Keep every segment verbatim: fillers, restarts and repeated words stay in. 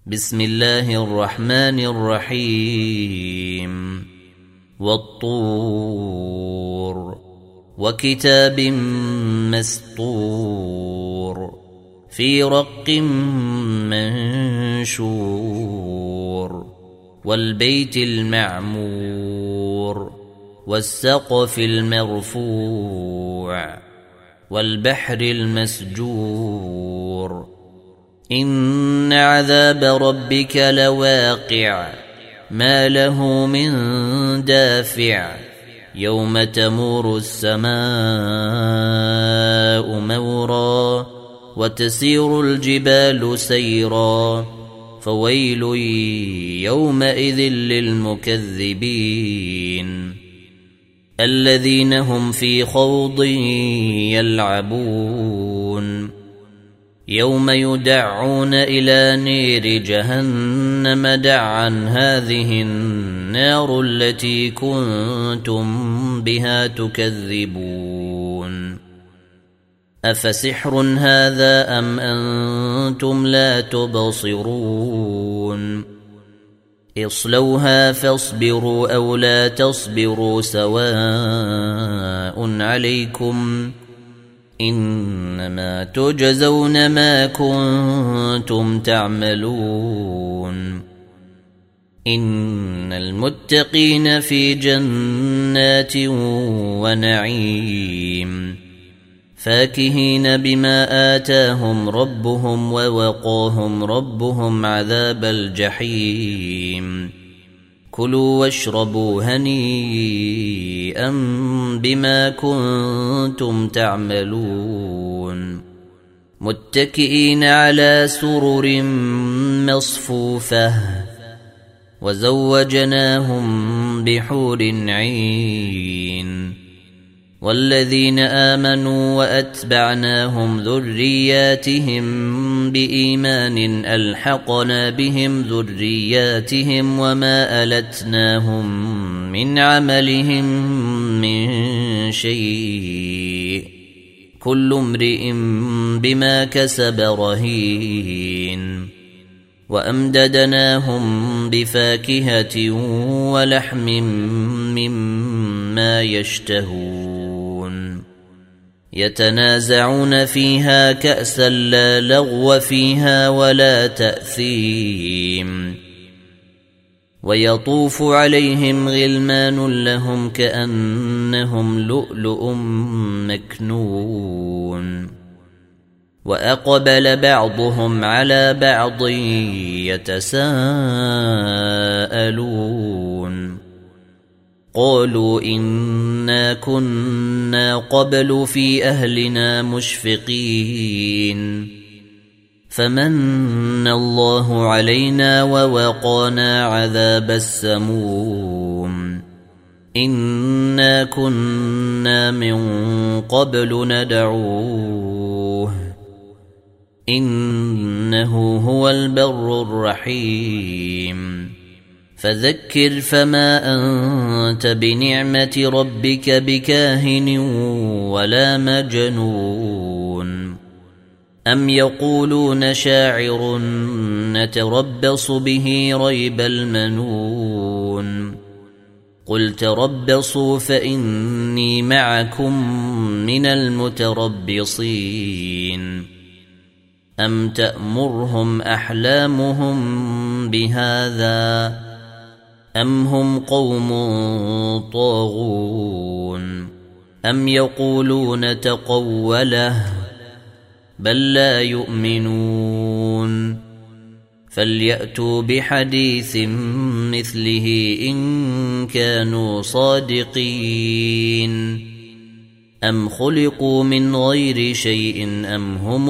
بسم الله الرحمن الرحيم والطور وكتاب مسطور في رق منشور والبيت المعمور والسقف المرفوع والبحر المسجور إن عذاب ربك لواقع ما له من دافع يوم تمور السماء مورا وتسير الجبال سيرا فويل يومئذ للمكذبين الذين هم في خوض يلعبون يوم يدعون إلى نير جهنم دعا هذه النار التي كنتم بها تكذبون أفسحر هذا أم أنتم لا تبصرون اصلوها فاصبروا أو لا تصبروا سواء عليكم إنما تجزون ما كنتم تعملون إن المتقين في جنات ونعيم فاكهين بما آتاهم ربهم ووقاهم ربهم عذاب الجحيم كلوا واشربوا هنيئا بما كنتم تعملون متكئين على سرر مصفوفة وزوجناهم بحور عين والذين آمنوا وأتبعناهم ذرياتهم بإيمان ألحقنا بهم ذرياتهم وما ألتناهم من عملهم من شيء كل امرئ بما كسب رهين وأمددناهم بفاكهة ولحم مما يشتهون يتنازعون فيها كأسا لا لغو فيها ولا تأثيم ويطوف عليهم غلمان لهم كأنهم لؤلؤ مكنون وأقبل بعضهم على بعض يتساءلون قالوا إنا كنا قبل في أهلنا مشفقين فمن الله علينا ووقانا عذاب السموم إنا كنا من قبل ندعوه إنه هو البر الرحيم فذكر فما أنت بنعمة ربك بكاهن ولا مجنون أم يقولون شاعر نتربص به ريب المنون قل تربصوا فإني معكم من المتربصين أم تأمرهم أحلامهم بهذا أم هم قوم طاغون أم يقولون تقوله بل لا يؤمنون فليأتوا بحديث مثله إن كانوا صادقين أم خلقوا من غير شيء أم هم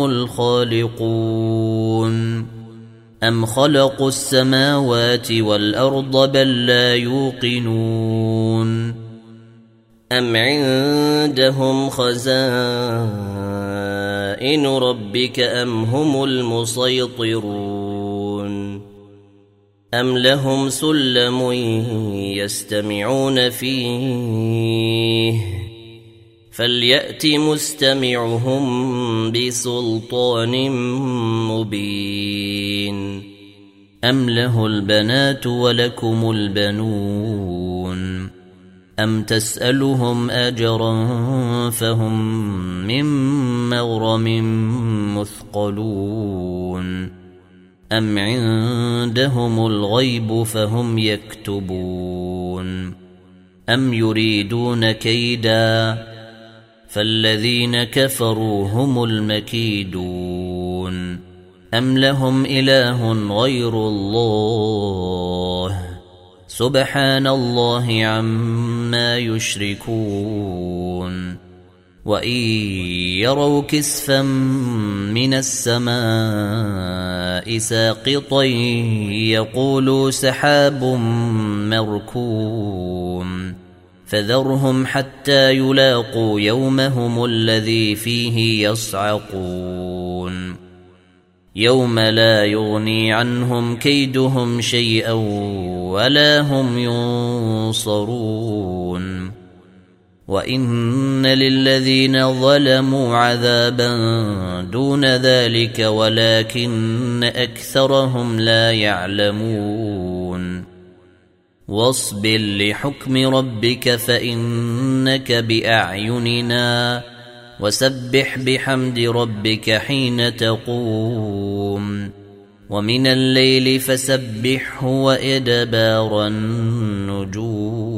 الخالقون أم خلقوا السماوات والأرض بل لا يوقنون أم عندهم خزائن ربك أم هم المسيطرون أم لهم سلم يستمعون فيه فليأت مستمعهم بسلطان مبين أم له البنات ولكم البنون أم تسألهم أجرا فهم من مغرم مثقلون أم عندهم الغيب فهم يكتبون أم يريدون كيدا فالذين كفروا هم المكيدون أم لهم إله غير الله سبحان الله عما يشركون وإن يروا كسفا من السماء ساقطا يقولوا سحاب مركوم فذرهم حتى يلاقوا يومهم الذي فيه يصعقون يوم لا يغني عنهم كيدهم شيئا ولا هم ينصرون وإن للذين ظلموا عذابا دون ذلك ولكن أكثرهم لا يعلمون واصبر لحكم ربك فإنك بأعيننا وسبح بحمد ربك حين تقوم ومن الليل فسبحه وإدبار النجوم